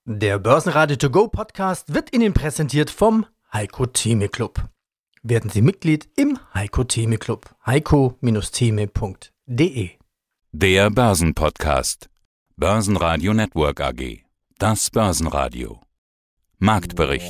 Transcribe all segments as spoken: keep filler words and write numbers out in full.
Der Börsenradio To Go Podcast wird Ihnen präsentiert vom Heiko Theme Club. Werden Sie Mitglied im Heiko Theme Club. heiko Theme punkt de. Der Börsenpodcast. Börsenradio Network A G. Das Börsenradio. Marktbericht.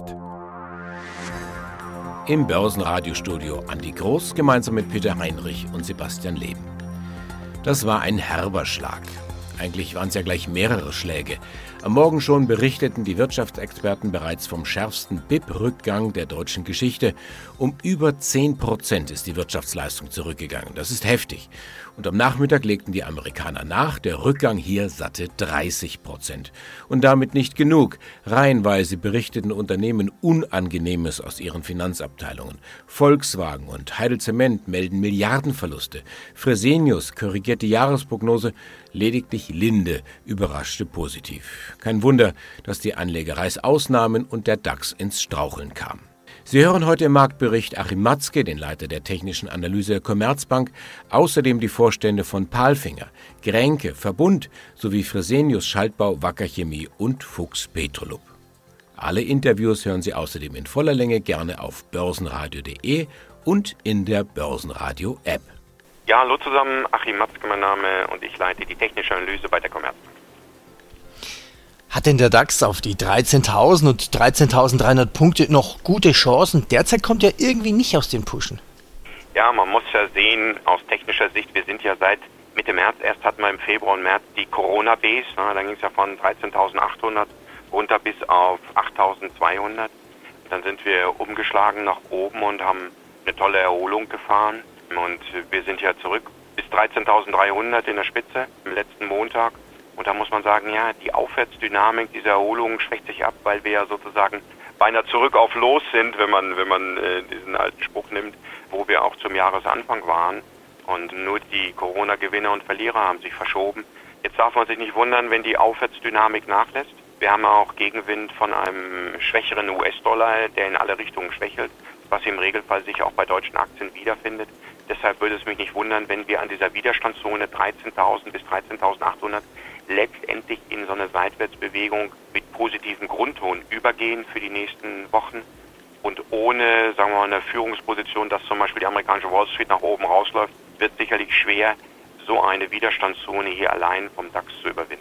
Im Börsenradiostudio Andi Groß gemeinsam mit Peter Heinrich und Sebastian Leben. Das war ein herber Schlag. Eigentlich waren es ja gleich mehrere Schläge. Am Morgen schon berichteten die Wirtschaftsexperten bereits vom schärfsten B I P-Rückgang der deutschen Geschichte. Um über zehn Prozent ist die Wirtschaftsleistung zurückgegangen. Das ist heftig. Und am Nachmittag legten die Amerikaner nach. Der Rückgang hier satte dreißig Prozent. Und damit nicht genug. Reihenweise berichteten Unternehmen Unangenehmes aus ihren Finanzabteilungen. Volkswagen und Heidelzement melden Milliardenverluste. Fresenius korrigiert die Jahresprognose. Lediglich Linde überraschte positiv. Kein Wunder, dass die Anleger reißausnahmen und der DAX ins Straucheln kam. Sie hören heute im Marktbericht Achim Matzke, den Leiter der technischen Analyse der Commerzbank, außerdem die Vorstände von Palfinger, Grenke, Verbund sowie Fresenius Schaltbau, Wacker Chemie und Fuchs Petrolub. Alle Interviews hören Sie außerdem in voller Länge gerne auf börsenradio punkt de und in der Börsenradio-App. Ja, hallo zusammen, Achim Matzke mein Name und ich leite die technische Analyse bei der Commerzbank. Hat denn der DAX auf die dreizehntausend und dreizehntausenddreihundert Punkte noch gute Chancen? Derzeit kommt er irgendwie nicht aus den Pushen. Ja, man muss ja sehen, aus technischer Sicht, wir sind ja seit Mitte März, erst hatten wir im Februar und März die Corona-Base, ne, dann ging es ja von dreizehntausendachthundert runter bis auf achttausendzweihundert. Dann sind wir umgeschlagen nach oben und haben eine tolle Erholung gefahren und wir sind ja zurück bis dreizehntausenddreihundert in der Spitze im letzten Montag. Und da muss man sagen, ja, die Aufwärtsdynamik dieser Erholung schwächt sich ab, weil wir ja sozusagen beinahe zurück auf Los sind, wenn man wenn man äh, diesen alten Spruch nimmt, wo wir auch zum Jahresanfang waren. Und nur die Corona-Gewinner und Verlierer haben sich verschoben. Jetzt darf man sich nicht wundern, wenn die Aufwärtsdynamik nachlässt. Wir haben auch Gegenwind von einem schwächeren U S-Dollar, der in alle Richtungen schwächelt, was im Regelfall sich auch bei deutschen Aktien wiederfindet. Deshalb würde es mich nicht wundern, wenn wir an dieser Widerstandszone dreizehntausend bis dreizehntausendachthundert letztendlich in so eine Seitwärtsbewegung mit positivem Grundton übergehen für die nächsten Wochen und ohne, sagen wir mal, eine Führungsposition, dass zum Beispiel die amerikanische Wall Street nach oben rausläuft, wird sicherlich schwer, so eine Widerstandszone hier allein vom DAX zu überwinden.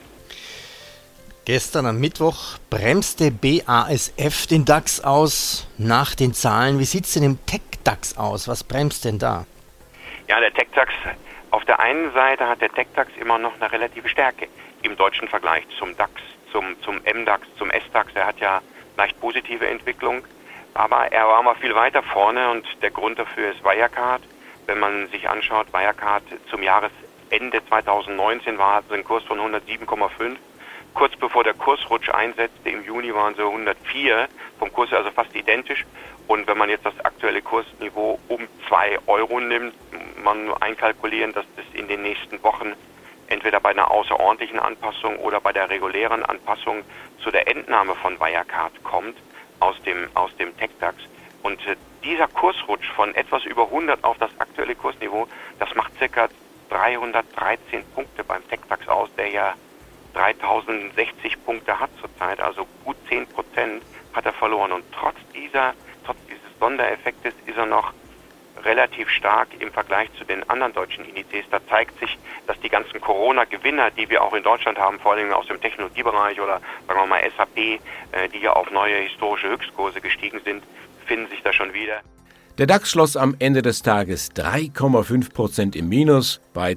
Gestern am Mittwoch bremste B A S F den DAX aus nach den Zahlen. Wie sieht es denn im Tech-DAX aus? Was bremst denn da? Ja, der Tech-DAX, auf der einen Seite hat der Tech-DAX immer noch eine relative Stärke im deutschen Vergleich zum DAX, zum, zum M DAX, zum S DAX. Er hat ja leicht positive Entwicklung, aber er war mal viel weiter vorne und der Grund dafür ist Wirecard. Wenn man sich anschaut, Wirecard zum Jahresende zweitausendneunzehn war, hatte einen Kurs von hundertsieben Komma fünf. Kurz bevor der Kursrutsch einsetzte, im Juni waren sie hundertvier, vom Kurs also fast identisch. Und wenn man jetzt das aktuelle Kursniveau um zwei Euro nimmt, man nur einkalkulieren, dass das in den nächsten Wochen entweder bei einer außerordentlichen Anpassung oder bei der regulären Anpassung zu der Entnahme von Wirecard kommt aus dem, aus dem Tech-DAX. Und äh, dieser Kursrutsch von etwas über hundert auf das aktuelle Kursniveau, das macht ca. dreihundertdreizehn Punkte beim Tech-DAX aus, der ja dreitausendsechzig Punkte hat zurzeit, also gut zehn Prozent hat er verloren. Und trotz dieser, trotz dieses Sondereffektes ist er noch relativ stark im Vergleich zu den anderen deutschen Indizes. Da zeigt sich, dass die ganzen Corona-Gewinner, die wir auch in Deutschland haben, vor allem aus dem Technologiebereich oder sagen wir mal S A P, die ja auf neue historische Höchstkurse gestiegen sind, finden sich da schon wieder. Der DAX schloss am Ende des Tages drei Komma fünf Prozent im Minus bei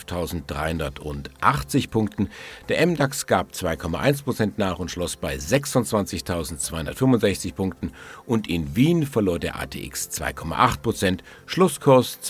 zwölftausenddreihundertachtzig Punkten. Der M DAX gab zwei Komma eins Prozent nach und schloss bei sechsundzwanzigtausendzweihundertfünfundsechzig Punkten. Und in Wien verlor der A T X zwei Komma acht Prozent, Schlusskurs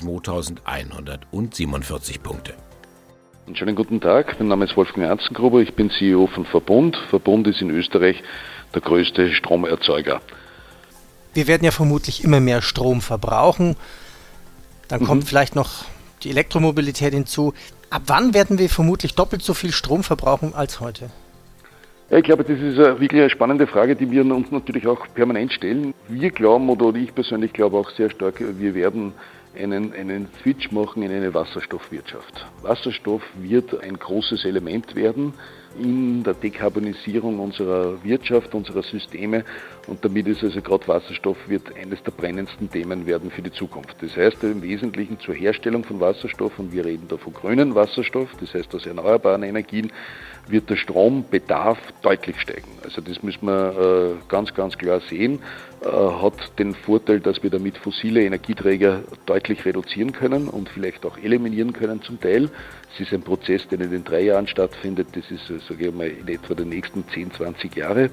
zweitausendeinhundertsiebenundvierzig Punkte. Einen schönen guten Tag, mein Name ist Wolfgang Anzengruber, ich bin C E O von Verbund. Verbund ist in Österreich der größte Stromerzeuger. Wir werden ja vermutlich immer mehr Strom verbrauchen. Dann mhm. kommt vielleicht noch die Elektromobilität hinzu. Ab wann werden wir vermutlich doppelt so viel Strom verbrauchen als heute? Ja, ich glaube, das ist eine wirklich eine spannende Frage, die wir uns natürlich auch permanent stellen. Wir glauben, oder ich persönlich glaube auch sehr stark, wir werden einen, einen Switch machen in eine Wasserstoffwirtschaft. Wasserstoff wird ein großes Element werden in der Dekarbonisierung unserer Wirtschaft, unserer Systeme, und damit ist also gerade Wasserstoff wird eines der brennendsten Themen werden für die Zukunft. Das heißt im Wesentlichen zur Herstellung von Wasserstoff, und wir reden da von grünen Wasserstoff, das heißt aus erneuerbaren Energien, wird der Strombedarf deutlich steigen. Also das müssen wir äh, ganz, ganz klar sehen. Äh, hat den Vorteil, dass wir damit fossile Energieträger deutlich reduzieren können und vielleicht auch eliminieren können zum Teil. Es ist ein Prozess, der in den drei Jahren stattfindet. Das ist, sage ich mal, in etwa die nächsten zehn, zwanzig Jahre, äh,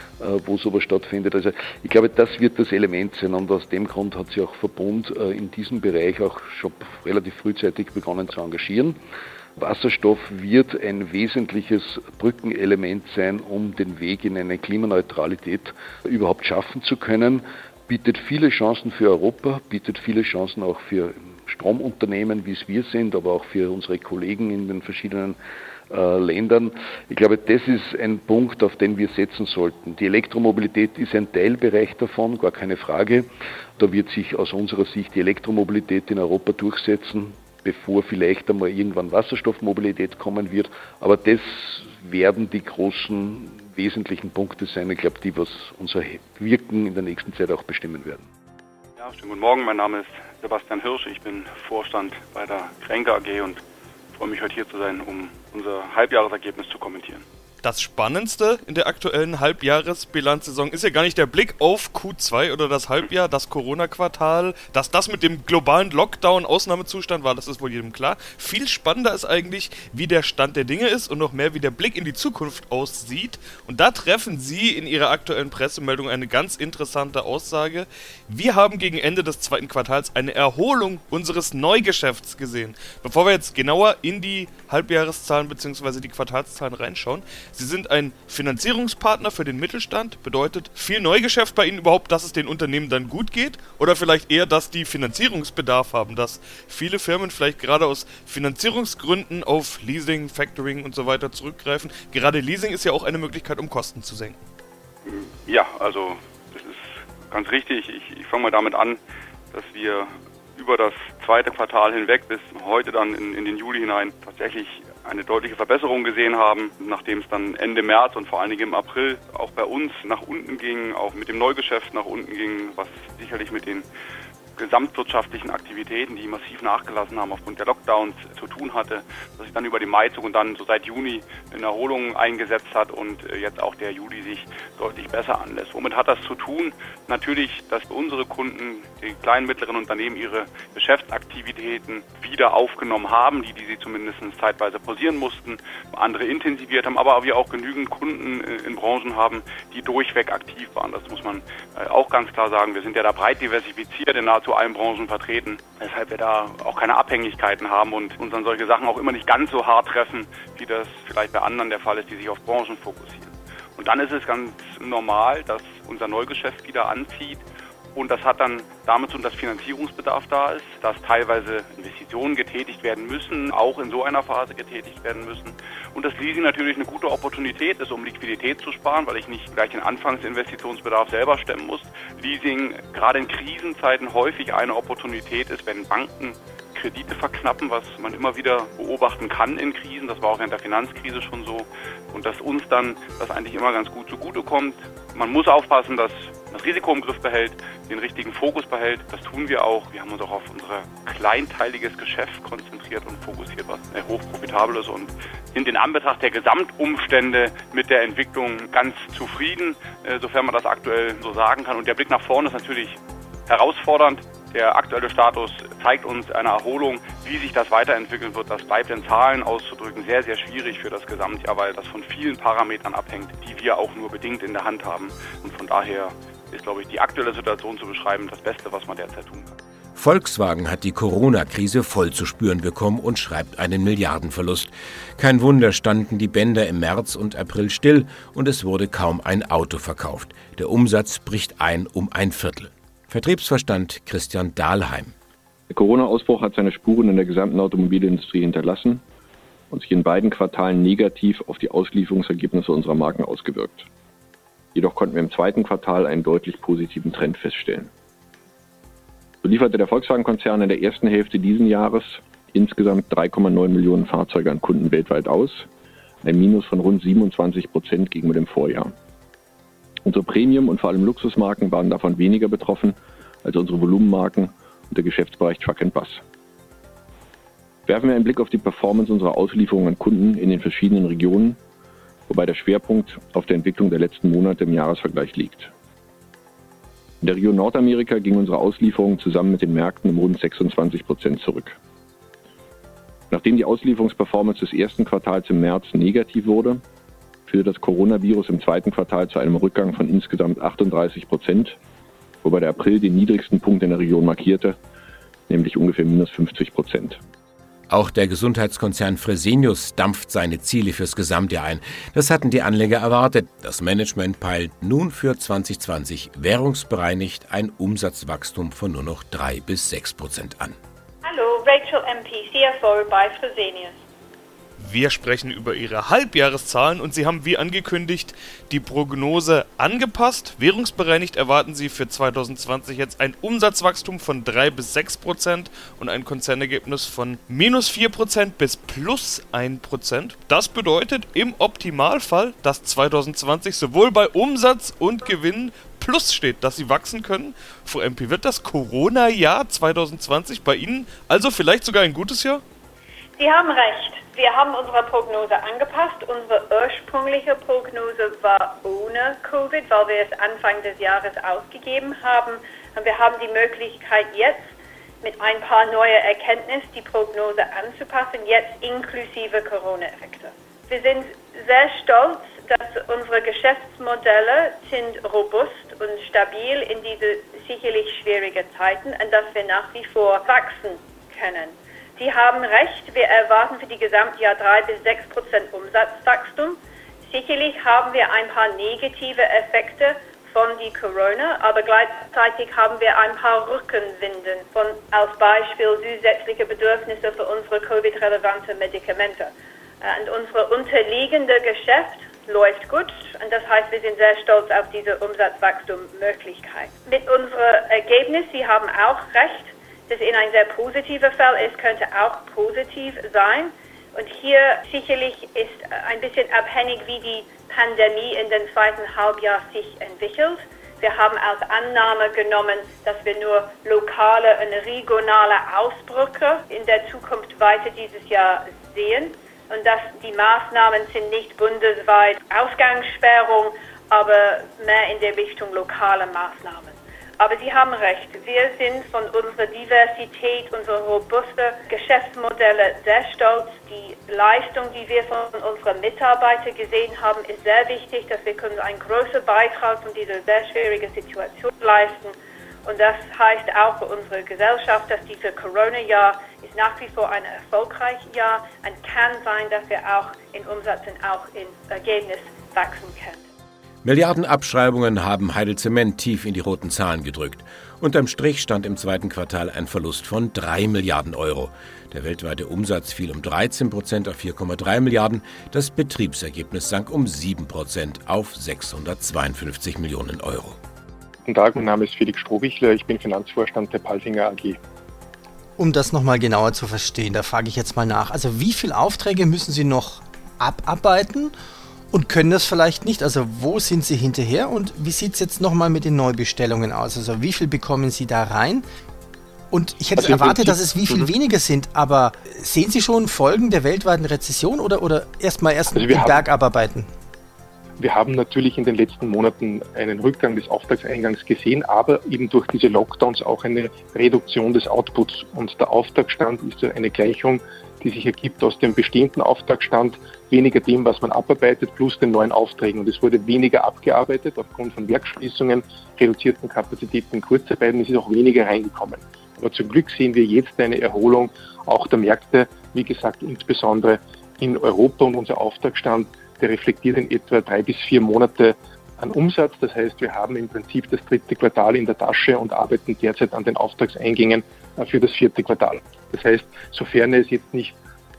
wo sowas stattfindet. Also ich glaube, das wird das Element sein, und aus dem Grund hat sich auch Verbund äh, in diesem Bereich auch schon relativ frühzeitig begonnen zu engagieren. Wasserstoff wird ein wesentliches Brückenelement sein, um den Weg in eine Klimaneutralität überhaupt schaffen zu können. Bietet viele Chancen für Europa, bietet viele Chancen auch für Stromunternehmen, wie es wir sind, aber auch für unsere Kollegen in den verschiedenen äh, Ländern. Ich glaube, das ist ein Punkt, auf den wir setzen sollten. Die Elektromobilität ist ein Teilbereich davon, gar keine Frage. Da wird sich aus unserer Sicht die Elektromobilität in Europa durchsetzen, bevor vielleicht einmal irgendwann Wasserstoffmobilität kommen wird. Aber das werden die großen, wesentlichen Punkte sein, ich glaube, die, was unser Wirken in der nächsten Zeit auch bestimmen werden. Ja, schönen guten Morgen, mein Name ist Sebastian Hirsch, ich bin Vorstand bei der Kränke A G und freue mich, heute hier zu sein, um unser Halbjahresergebnis zu kommentieren. Das Spannendste in der aktuellen Halbjahresbilanzsaison ist ja gar nicht der Blick auf Q zwei oder das Halbjahr, das Corona-Quartal, dass das mit dem globalen Lockdown Ausnahmezustand war, das ist wohl jedem klar. Viel spannender ist eigentlich, wie der Stand der Dinge ist und noch mehr, wie der Blick in die Zukunft aussieht. Und da treffen Sie in Ihrer aktuellen Pressemeldung eine ganz interessante Aussage. Wir haben gegen Ende des zweiten Quartals eine Erholung unseres Neugeschäfts gesehen. Bevor wir jetzt genauer in die Halbjahreszahlen bzw. die Quartalszahlen reinschauen, Sie sind ein Finanzierungspartner für den Mittelstand, bedeutet viel Neugeschäft bei Ihnen überhaupt, dass es den Unternehmen dann gut geht? Oder vielleicht eher, dass die Finanzierungsbedarf haben, dass viele Firmen vielleicht gerade aus Finanzierungsgründen auf Leasing, Factoring und so weiter zurückgreifen? Gerade Leasing ist ja auch eine Möglichkeit, um Kosten zu senken. Ja, also das ist ganz richtig. Ich, ich fange mal damit an, dass wir über das zweite Quartal hinweg bis heute dann in, in den Juli hinein tatsächlich eine deutliche Verbesserung gesehen haben, nachdem es dann Ende März und vor allen Dingen im April auch bei uns nach unten ging, auch mit dem Neugeschäft nach unten ging, was sicherlich mit den gesamtwirtschaftlichen Aktivitäten, die massiv nachgelassen haben aufgrund der Lockdowns, zu tun hatte, dass sich dann über die Maizug und dann so seit Juni eine Erholung eingesetzt hat und jetzt auch der Juli sich deutlich besser anlässt. Womit hat das zu tun? Natürlich, dass unsere Kunden, die kleinen, mittleren Unternehmen, ihre Geschäftsaktivitäten wieder aufgenommen haben, die, die sie zumindest zeitweise pausieren mussten, andere intensiviert haben, aber wir auch genügend Kunden in Branchen haben, die durchweg aktiv waren. Das muss man auch ganz klar sagen. Wir sind ja da breit diversifiziert in nahezu allen Branchen vertreten, weshalb wir da auch keine Abhängigkeiten haben und uns an solche Sachen auch immer nicht ganz so hart treffen, wie das vielleicht bei anderen der Fall ist, die sich auf Branchen fokussieren. Und dann ist es ganz normal, dass unser Neugeschäft wieder anzieht. Und das hat dann damit zu tun, dass Finanzierungsbedarf da ist, dass teilweise Investitionen getätigt werden müssen, auch in so einer Phase getätigt werden müssen. Und das Leasing natürlich eine gute Opportunität ist, um Liquidität zu sparen, weil ich nicht gleich den Anfangsinvestitionsbedarf selber stemmen muss. Leasing gerade in Krisenzeiten häufig eine Opportunität ist, wenn Banken Kredite verknappen, was man immer wieder beobachten kann in Krisen. Das war auch während der Finanzkrise schon so. Und dass uns dann das eigentlich immer ganz gut zugutekommt. Man muss aufpassen, dass man das Risiko im Griff behält, den richtigen Fokus behält. Das tun wir auch. Wir haben uns auch auf unser kleinteiliges Geschäft konzentriert und fokussiert, was hochprofitabel ist, und sind in Anbetracht der Gesamtumstände mit der Entwicklung ganz zufrieden, sofern man das aktuell so sagen kann. Und der Blick nach vorne ist natürlich herausfordernd. Der aktuelle Status zeigt uns eine Erholung. Wie sich das weiterentwickeln wird, das bleibt in Zahlen auszudrücken sehr, sehr schwierig für das Gesamtjahr, weil das von vielen Parametern abhängt, die wir auch nur bedingt in der Hand haben. Und von daher ist, glaube ich, die aktuelle Situation zu beschreiben das Beste, was man derzeit tun kann. Volkswagen hat die Corona-Krise voll zu spüren bekommen und schreibt einen Milliardenverlust. Kein Wunder, standen die Bänder im März und April still und es wurde kaum ein Auto verkauft. Der Umsatz bricht ein um ein Viertel. Vertriebsvorstand Christian Dahlheim. Der Corona-Ausbruch hat seine Spuren in der gesamten Automobilindustrie hinterlassen und sich in beiden Quartalen negativ auf die Auslieferungsergebnisse unserer Marken ausgewirkt. Jedoch konnten wir im zweiten Quartal einen deutlich positiven Trend feststellen. So lieferte der Volkswagen-Konzern in der ersten Hälfte dieses Jahres insgesamt drei Komma neun Millionen Fahrzeuge an Kunden weltweit aus, ein Minus von rund siebenundzwanzig Prozent gegenüber dem Vorjahr. Unsere Premium- und vor allem Luxusmarken waren davon weniger betroffen als unsere Volumenmarken und der Geschäftsbereich Truck and Bus. Werfen wir einen Blick auf die Performance unserer Auslieferungen an Kunden in den verschiedenen Regionen, wobei der Schwerpunkt auf der Entwicklung der letzten Monate im Jahresvergleich liegt. In der Region Nordamerika ging unsere Auslieferung zusammen mit den Märkten um rund sechsundzwanzig Prozent zurück. Nachdem die Auslieferungsperformance des ersten Quartals im März negativ wurde, führte das Coronavirus im zweiten Quartal zu einem Rückgang von insgesamt achtunddreißig Prozent, wobei der April den niedrigsten Punkt in der Region markierte, nämlich ungefähr minus fünfzig Prozent. Auch der Gesundheitskonzern Fresenius dampft seine Ziele fürs Gesamtjahr ein. Das hatten die Anleger erwartet. Das Management peilt nun für zwanzig zwanzig währungsbereinigt ein Umsatzwachstum von nur noch drei bis sechs Prozent an. Hallo, Rachel M P, C F O bei Fresenius. Wir sprechen über Ihre Halbjahreszahlen und Sie haben wie angekündigt die Prognose angepasst. Währungsbereinigt erwarten Sie für zwanzig zwanzig jetzt ein Umsatzwachstum von drei bis sechs Prozent und ein Konzernergebnis von minus vier Prozent bis plus ein Prozent. Das bedeutet im Optimalfall, dass zwanzig zwanzig sowohl bei Umsatz und Gewinn plus steht, dass Sie wachsen können. Frau M P, wird das Corona-Jahr zwanzig zwanzig bei Ihnen also vielleicht sogar ein gutes Jahr? Sie haben recht. Wir haben unsere Prognose angepasst. Unsere ursprüngliche Prognose war ohne Covid, weil wir es Anfang des Jahres ausgegeben haben. Und wir haben die Möglichkeit jetzt mit ein paar neuen Erkenntnissen die Prognose anzupassen, jetzt inklusive Corona-Effekte. Wir sind sehr stolz, dass unsere Geschäftsmodelle sind robust und stabil in diese sicherlich schwierigen Zeiten und dass wir nach wie vor wachsen können. Sie haben recht, wir erwarten für die Gesamtjahr drei bis sechs Prozent Umsatzwachstum. Sicherlich haben wir ein paar negative Effekte von die Corona, aber gleichzeitig haben wir ein paar Rückenwinden von als Beispiel zusätzliche Bedürfnisse für unsere Covid-relevante Medikamente. Und unsere unterliegende Geschäft läuft gut und das heißt, wir sind sehr stolz auf diese Umsatzwachstummöglichkeit. Mit unserem Ergebnis, Sie haben auch recht, das in ein sehr positiver Fall ist, könnte auch positiv sein. Und hier sicherlich ist ein bisschen abhängig, wie die Pandemie in den zweiten Halbjahr sich entwickelt. Wir haben als Annahme genommen, dass wir nur lokale und regionale Ausbrüche in der Zukunft weiter dieses Jahr sehen. Und dass die Maßnahmen sind nicht bundesweit Ausgangssperrung, aber mehr in der Richtung lokale Maßnahmen. Aber Sie haben recht, wir sind von unserer Diversität, unsere robusten Geschäftsmodelle sehr stolz. Die Leistung, die wir von unseren Mitarbeitern gesehen haben, ist sehr wichtig, dass wir können einen großen Beitrag von dieser sehr schwierigen Situation leisten. Und das heißt auch für unsere Gesellschaft, dass dieses Corona-Jahr ist nach wie vor ein erfolgreiches Jahr und kann sein, dass wir auch in Umsatz und auch in Ergebnis wachsen können. Milliarden Abschreibungen haben Heidel Zement tief in die roten Zahlen gedrückt. Unterm Strich stand im zweiten Quartal ein Verlust von drei Milliarden Euro. Der weltweite Umsatz fiel um dreizehn Prozent auf vier Komma drei Milliarden. Das Betriebsergebnis sank um sieben Prozent auf sechshundertzweiundfünfzig Millionen Euro. Guten Tag, mein Name ist Felix Strohbichler, ich bin Finanzvorstand der Palfinger A G. Um das nochmal genauer zu verstehen, da frage ich jetzt mal nach. Also wie viele Aufträge müssen Sie noch abarbeiten? Und können das vielleicht nicht? Also wo sind Sie hinterher und wie sieht es jetzt nochmal mit den Neubestellungen aus? Also wie viel bekommen Sie da rein? Und ich hätte also erwartet, dass es wie viel mhm. weniger sind, aber sehen Sie schon Folgen der weltweiten Rezession oder, oder erstmal erst also den haben, Berg abarbeiten? Wir haben natürlich in den letzten Monaten einen Rückgang des Auftragseingangs gesehen, aber eben durch diese Lockdowns auch eine Reduktion des Outputs. Und der Auftragsstand ist so eine Gleichung, die sich ergibt aus dem bestehenden Auftragsstand, weniger dem, was man abarbeitet, plus den neuen Aufträgen. Und es wurde weniger abgearbeitet aufgrund von Werksschließungen, reduzierten Kapazitäten, Kurzarbeit, und es ist auch weniger reingekommen. Aber zum Glück sehen wir jetzt eine Erholung auch der Märkte, wie gesagt, insbesondere in Europa, und unser Auftragsstand, der reflektiert in etwa drei bis vier Monate an Umsatz. Das heißt, wir haben im Prinzip das dritte Quartal in der Tasche und arbeiten derzeit an den Auftragseingängen für das vierte Quartal. Das heißt, sofern es jetzt nicht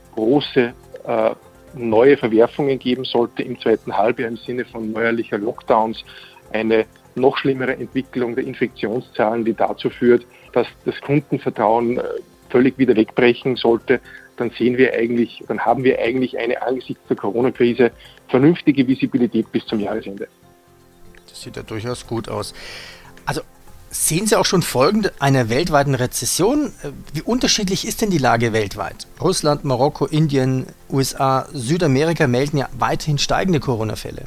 große äh, neue Verwerfungen geben sollte im zweiten Halbjahr im Sinne von neuerlicher Lockdowns, eine noch schlimmere Entwicklung der Infektionszahlen, die dazu führt, dass das Kundenvertrauen völlig wieder wegbrechen sollte, dann sehen wir eigentlich, dann haben wir eigentlich eine angesichts der Corona-Krise vernünftige Visibilität bis zum Jahresende. Das sieht ja durchaus gut aus. Also sehen Sie auch schon Folgen einer weltweiten Rezession? Wie unterschiedlich ist denn die Lage weltweit? Russland, Marokko, Indien, U S A, Südamerika melden ja weiterhin steigende Corona-Fälle.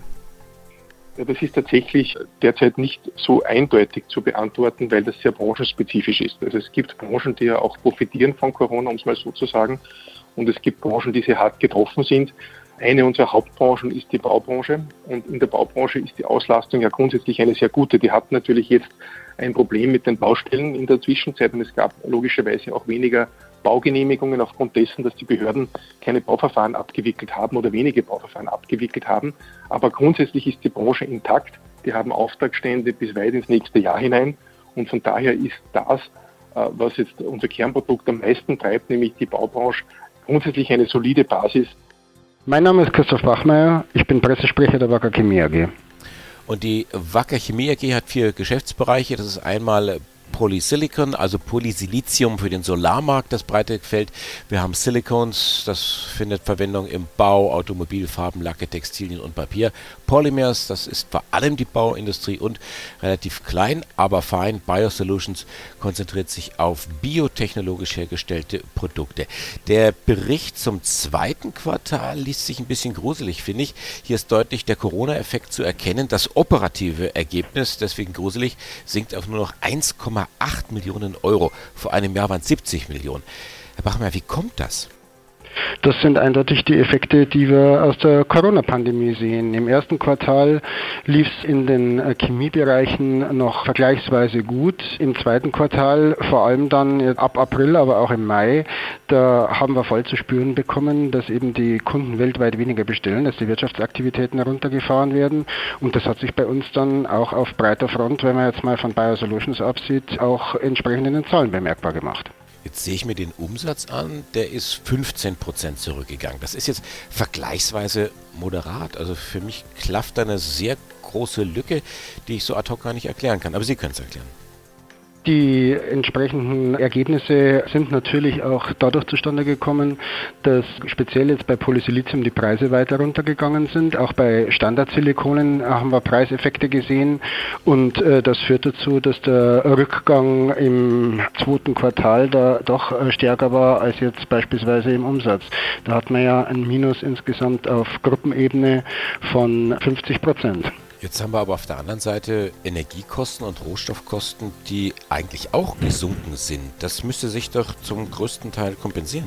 Ja, das ist tatsächlich derzeit nicht so eindeutig zu beantworten, weil das sehr branchenspezifisch ist. Also es gibt Branchen, die ja auch profitieren von Corona, um es mal so zu sagen, und es gibt Branchen, die sehr hart getroffen sind. Eine unserer Hauptbranchen ist die Baubranche, und in der Baubranche ist die Auslastung ja grundsätzlich eine sehr gute. Die hat natürlich jetzt ein Problem mit den Baustellen in der Zwischenzeit, und es gab logischerweise auch weniger Baugenehmigungen aufgrund dessen, dass die Behörden keine Bauverfahren abgewickelt haben oder wenige Bauverfahren abgewickelt haben. Aber grundsätzlich ist die Branche intakt. Die haben Auftragsstände bis weit ins nächste Jahr hinein, und von daher ist das, was jetzt unser Kernprodukt am meisten treibt, nämlich die Baubranche, grundsätzlich eine solide Basis. Mein Name ist Christoph Bachmeier, ich bin Pressesprecher der Wacker Chemie A G. Und die Wacker Chemie A G hat vier Geschäftsbereiche. Das ist einmal Polysilicon, also Polysilizium für den Solarmarkt, das breite Feld. Wir haben Silicons, das findet Verwendung im Bau, Automobil, Farben, Lacke, Textilien und Papier. Polymers, das ist vor allem die Bauindustrie, und relativ klein, aber fein. Biosolutions konzentriert sich auf biotechnologisch hergestellte Produkte. Der Bericht zum zweiten Quartal liest sich ein bisschen gruselig, finde ich. Hier ist deutlich der Corona-Effekt zu erkennen. Das operative Ergebnis, deswegen gruselig, sinkt auf nur noch eins Komma acht Millionen Euro. Vor einem Jahr waren es siebzig Millionen. Herr Bachmeier, wie kommt das? Das sind eindeutig die Effekte, die wir aus der Corona-Pandemie sehen. Im ersten Quartal lief es in den Chemiebereichen noch vergleichsweise gut. Im zweiten Quartal, vor allem dann ab April, aber auch im Mai, da haben wir voll zu spüren bekommen, dass eben die Kunden weltweit weniger bestellen, dass die Wirtschaftsaktivitäten heruntergefahren werden. Und das hat sich bei uns dann auch auf breiter Front, wenn man jetzt mal von Biosolutions absieht, auch entsprechend in den Zahlen bemerkbar gemacht. Jetzt sehe ich mir den Umsatz an, der ist fünfzehn Prozent zurückgegangen. Das ist jetzt vergleichsweise moderat. Also für mich klafft da eine sehr große Lücke, die ich so ad hoc gar nicht erklären kann. Aber Sie können es erklären. Die entsprechenden Ergebnisse sind natürlich auch dadurch zustande gekommen, dass speziell jetzt bei Polysilizium die Preise weiter runtergegangen sind. Auch bei Standardsilikonen haben wir Preiseffekte gesehen, und äh, das führt dazu, dass der Rückgang im zweiten Quartal da doch äh, stärker war als jetzt beispielsweise im Umsatz. Da hat man ja ein Minus insgesamt auf Gruppenebene von fünfzig Prozent. Jetzt haben wir aber auf der anderen Seite Energiekosten und Rohstoffkosten, die eigentlich auch gesunken sind. Das müsste sich doch zum größten Teil kompensieren.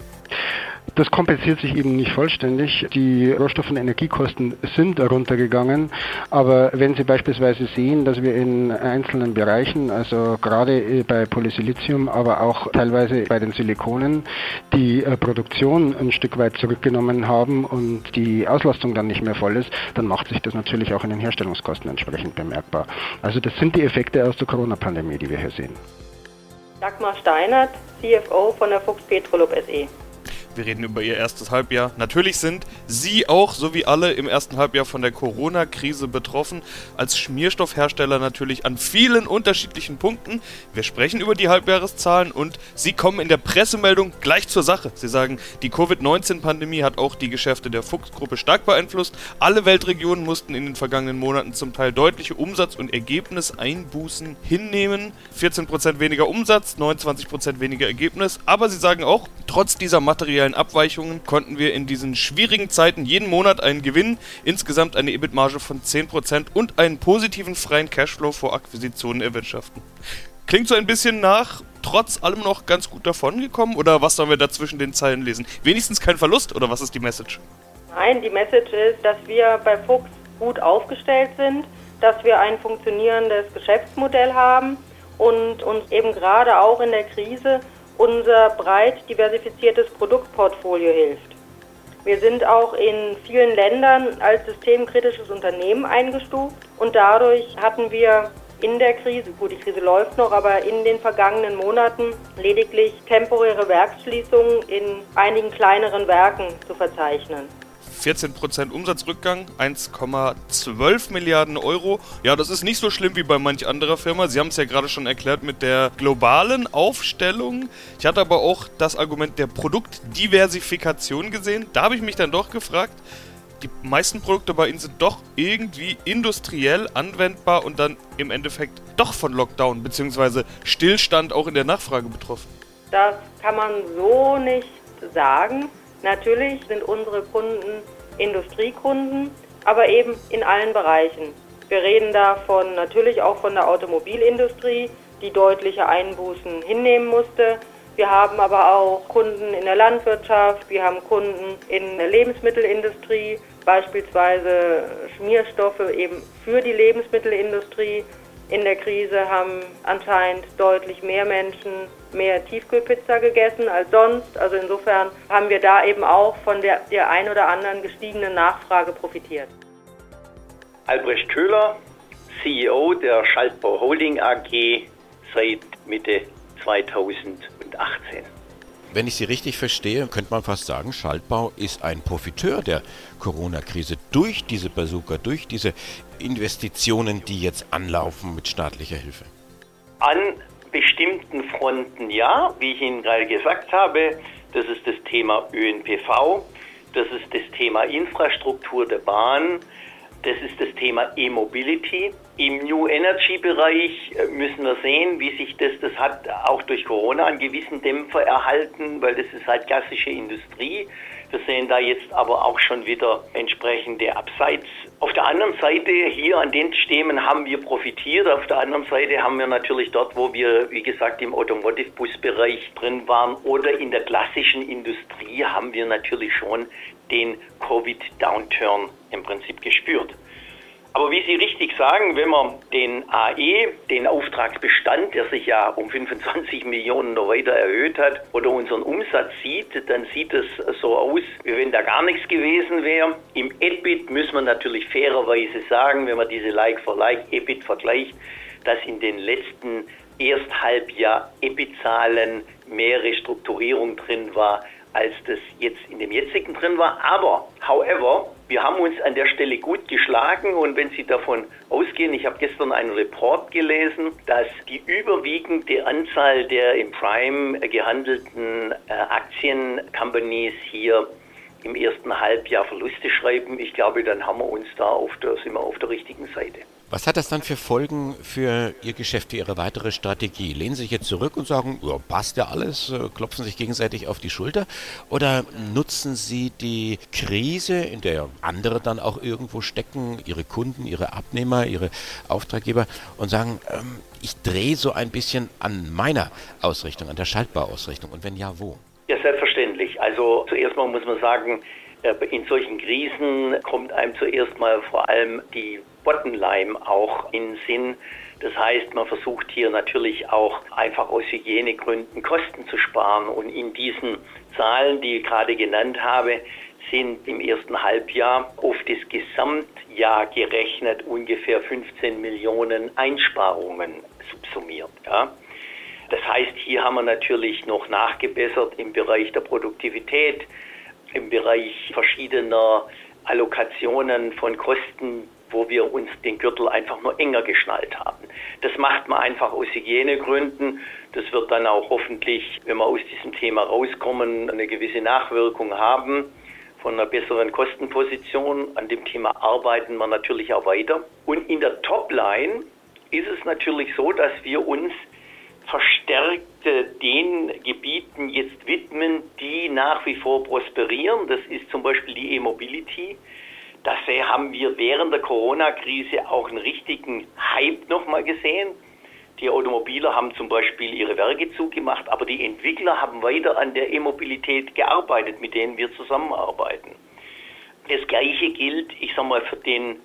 Das kompensiert sich eben nicht vollständig. Die Rohstoff- und Energiekosten sind runtergegangen, aber wenn Sie beispielsweise sehen, dass wir in einzelnen Bereichen, also gerade bei Polysilizium, aber auch teilweise bei den Silikonen, die Produktion ein Stück weit zurückgenommen haben und die Auslastung dann nicht mehr voll ist, dann macht sich das natürlich auch in den Herstellungskosten entsprechend bemerkbar. Also das sind die Effekte aus der Corona-Pandemie, die wir hier sehen. Dagmar Steinert, C F O von der Fuchs Petrolub S E. Wir reden über ihr erstes Halbjahr. Natürlich sind Sie auch, so wie alle, im ersten Halbjahr von der Corona-Krise betroffen. Als Schmierstoffhersteller natürlich an vielen unterschiedlichen Punkten. Wir sprechen über die Halbjahreszahlen, und Sie kommen in der Pressemeldung gleich zur Sache. Sie sagen, die Covid neunzehn Pandemie hat auch die Geschäfte der Fuchs-Gruppe stark beeinflusst. Alle Weltregionen mussten in den vergangenen Monaten zum Teil deutliche Umsatz- und Ergebniseinbußen hinnehmen. vierzehn Prozent weniger Umsatz, neunundzwanzig Prozent weniger Ergebnis. Aber Sie sagen auch, trotz dieser materiellen Abweichungen konnten wir in diesen schwierigen Zeiten jeden Monat einen Gewinn, insgesamt eine E B I T-Marge von zehn Prozent und einen positiven freien Cashflow vor Akquisitionen erwirtschaften. Klingt so ein bisschen nach, trotz allem noch ganz gut davongekommen, oder was sollen wir da zwischen den Zeilen lesen? Wenigstens kein Verlust, oder was ist die Message? Nein, die Message ist, dass wir bei Fuchs gut aufgestellt sind, dass wir ein funktionierendes Geschäftsmodell haben und uns eben gerade auch in der Krise unser breit diversifiziertes Produktportfolio hilft. Wir sind auch in vielen Ländern als systemkritisches Unternehmen eingestuft, und dadurch hatten wir in der Krise, gut, die Krise läuft noch, aber in den vergangenen Monaten lediglich temporäre Werksschließungen in einigen kleineren Werken zu verzeichnen. vierzehn Prozent Umsatzrückgang, eins Komma zwölf Milliarden Euro. Ja, das ist nicht so schlimm wie bei manch anderer Firma. Sie haben es ja gerade schon erklärt mit der globalen Aufstellung. Ich hatte aber auch das Argument der Produktdiversifikation gesehen. Da habe ich mich dann doch gefragt, die meisten Produkte bei Ihnen sind doch irgendwie industriell anwendbar und dann im Endeffekt doch von Lockdown bzw. Stillstand auch in der Nachfrage betroffen. Das kann man so nicht sagen. Natürlich sind unsere Kunden Industriekunden, aber eben in allen Bereichen. Wir reden davon natürlich auch von der Automobilindustrie, die deutliche Einbußen hinnehmen musste. Wir haben aber auch Kunden in der Landwirtschaft, wir haben Kunden in der Lebensmittelindustrie, beispielsweise Schmierstoffe eben für die Lebensmittelindustrie. In der Krise haben anscheinend deutlich mehr Menschen mehr Tiefkühlpizza gegessen als sonst. Also insofern haben wir da eben auch von der, der ein oder anderen gestiegenen Nachfrage profitiert. Albrecht Köhler, C E O der Schaltbau Holding A G seit Mitte zweitausendachtzehn. Wenn ich Sie richtig verstehe, könnte man fast sagen, Schaltbau ist ein Profiteur der Corona-Krise durch diese Bazooka, durch diese Investitionen, die jetzt anlaufen mit staatlicher Hilfe. An bestimmten Fronten ja, wie ich Ihnen gerade gesagt habe, das ist das Thema Ö N P V, das ist das Thema Infrastruktur der Bahn, das ist das Thema E-Mobility. Im New Energy Bereich müssen wir sehen, wie sich das, das hat auch durch Corona einen gewissen Dämpfer erhalten, weil das ist halt klassische Industrie. Wir sehen da jetzt aber auch schon wieder entsprechende Abseits. Auf der anderen Seite, hier an den Themen haben wir profitiert. Auf der anderen Seite haben wir natürlich dort, wo wir, wie gesagt, im Automotive-Bus-Bereich drin waren oder in der klassischen Industrie, haben wir natürlich schon den Covid-Downturn im Prinzip gespürt. Aber wie Sie richtig sagen, wenn man den A E, den Auftragsbestand, der sich ja um fünfundzwanzig Millionen noch weiter erhöht hat, oder unseren Umsatz sieht, dann sieht es so aus, wie wenn da gar nichts gewesen wäre. Im E B I T muss man natürlich fairerweise sagen, wenn man diese Like-for-Like-E B I T vergleicht, dass in den letzten Ersthalbjahr E B I T-Zahlen mehr Restrukturierung drin war, als das jetzt in dem jetzigen drin war. Aber, however, wir haben uns an der Stelle gut geschlagen und wenn Sie davon ausgehen, ich habe gestern einen Report gelesen, dass die überwiegende Anzahl der im Prime gehandelten äh, Aktien-Companies hier im ersten Halbjahr Verluste schreiben. Ich glaube, dann haben wir uns da auf der, sind wir auf der richtigen Seite. Was hat das dann für Folgen für Ihr Geschäft, für Ihre weitere Strategie? Lehnen Sie sich jetzt zurück und sagen, ja, passt ja alles, klopfen sich gegenseitig auf die Schulter? Oder nutzen Sie die Krise, in der andere dann auch irgendwo stecken, Ihre Kunden, Ihre Abnehmer, Ihre Auftraggeber und sagen, ähm, ich drehe so ein bisschen an meiner Ausrichtung, an der Schaltbauausrichtung und wenn ja, wo? Ja, selbstverständlich. Also zuerst mal muss man sagen, in solchen Krisen kommt einem zuerst mal vor allem die Bottomline auch in den Sinn. Das heißt, man versucht hier natürlich auch einfach aus Hygienegründen Kosten zu sparen. Und in diesen Zahlen, die ich gerade genannt habe, sind im ersten Halbjahr auf das Gesamtjahr gerechnet ungefähr fünfzehn Millionen Einsparungen subsumiert. Ja. Das heißt, hier haben wir natürlich noch nachgebessert im Bereich der Produktivität, im Bereich verschiedener Allokationen von Kosten, wo wir uns den Gürtel einfach nur enger geschnallt haben. Das macht man einfach aus Hygienegründen. Das wird dann auch hoffentlich, wenn wir aus diesem Thema rauskommen, eine gewisse Nachwirkung haben von einer besseren Kostenposition. An dem Thema arbeiten wir natürlich auch weiter. Und in der Topline ist es natürlich so, dass wir uns verstärkt den Gebieten jetzt widmen, die nach wie vor prosperieren. Das ist zum Beispiel die E-Mobility. Da haben wir während der Corona-Krise auch einen richtigen Hype nochmal gesehen. Die Automobiler haben zum Beispiel ihre Werke zugemacht, aber die Entwickler haben weiter an der E-Mobilität gearbeitet, mit denen wir zusammenarbeiten. Das Gleiche gilt, ich sag mal, für den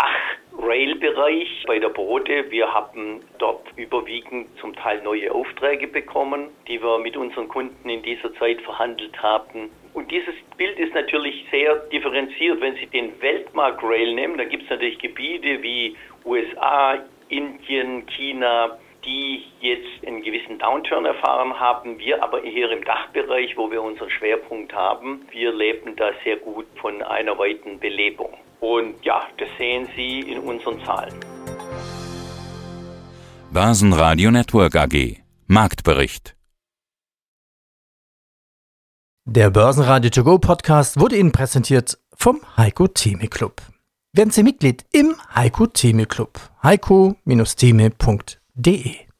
Dach-Rail-Bereich bei der Bode. Wir haben dort überwiegend zum Teil neue Aufträge bekommen, die wir mit unseren Kunden in dieser Zeit verhandelt haben. Und dieses Bild ist natürlich sehr differenziert. Wenn Sie den Weltmarkt-Rail nehmen, dann gibt es natürlich Gebiete wie U S A, Indien, China, die jetzt einen gewissen Downturn erfahren haben. Wir aber hier im Dachbereich, wo wir unseren Schwerpunkt haben, wir leben da sehr gut von einer weiten Belebung. Und ja, das sehen Sie in unseren Zahlen. Börsenradio Network A G. Marktbericht. Der Börsenradio To Go Podcast wurde Ihnen präsentiert vom Heiko Theme Club. Werden Sie Mitglied im Heiko Theme Club. heiko Bindestrich theme punkt de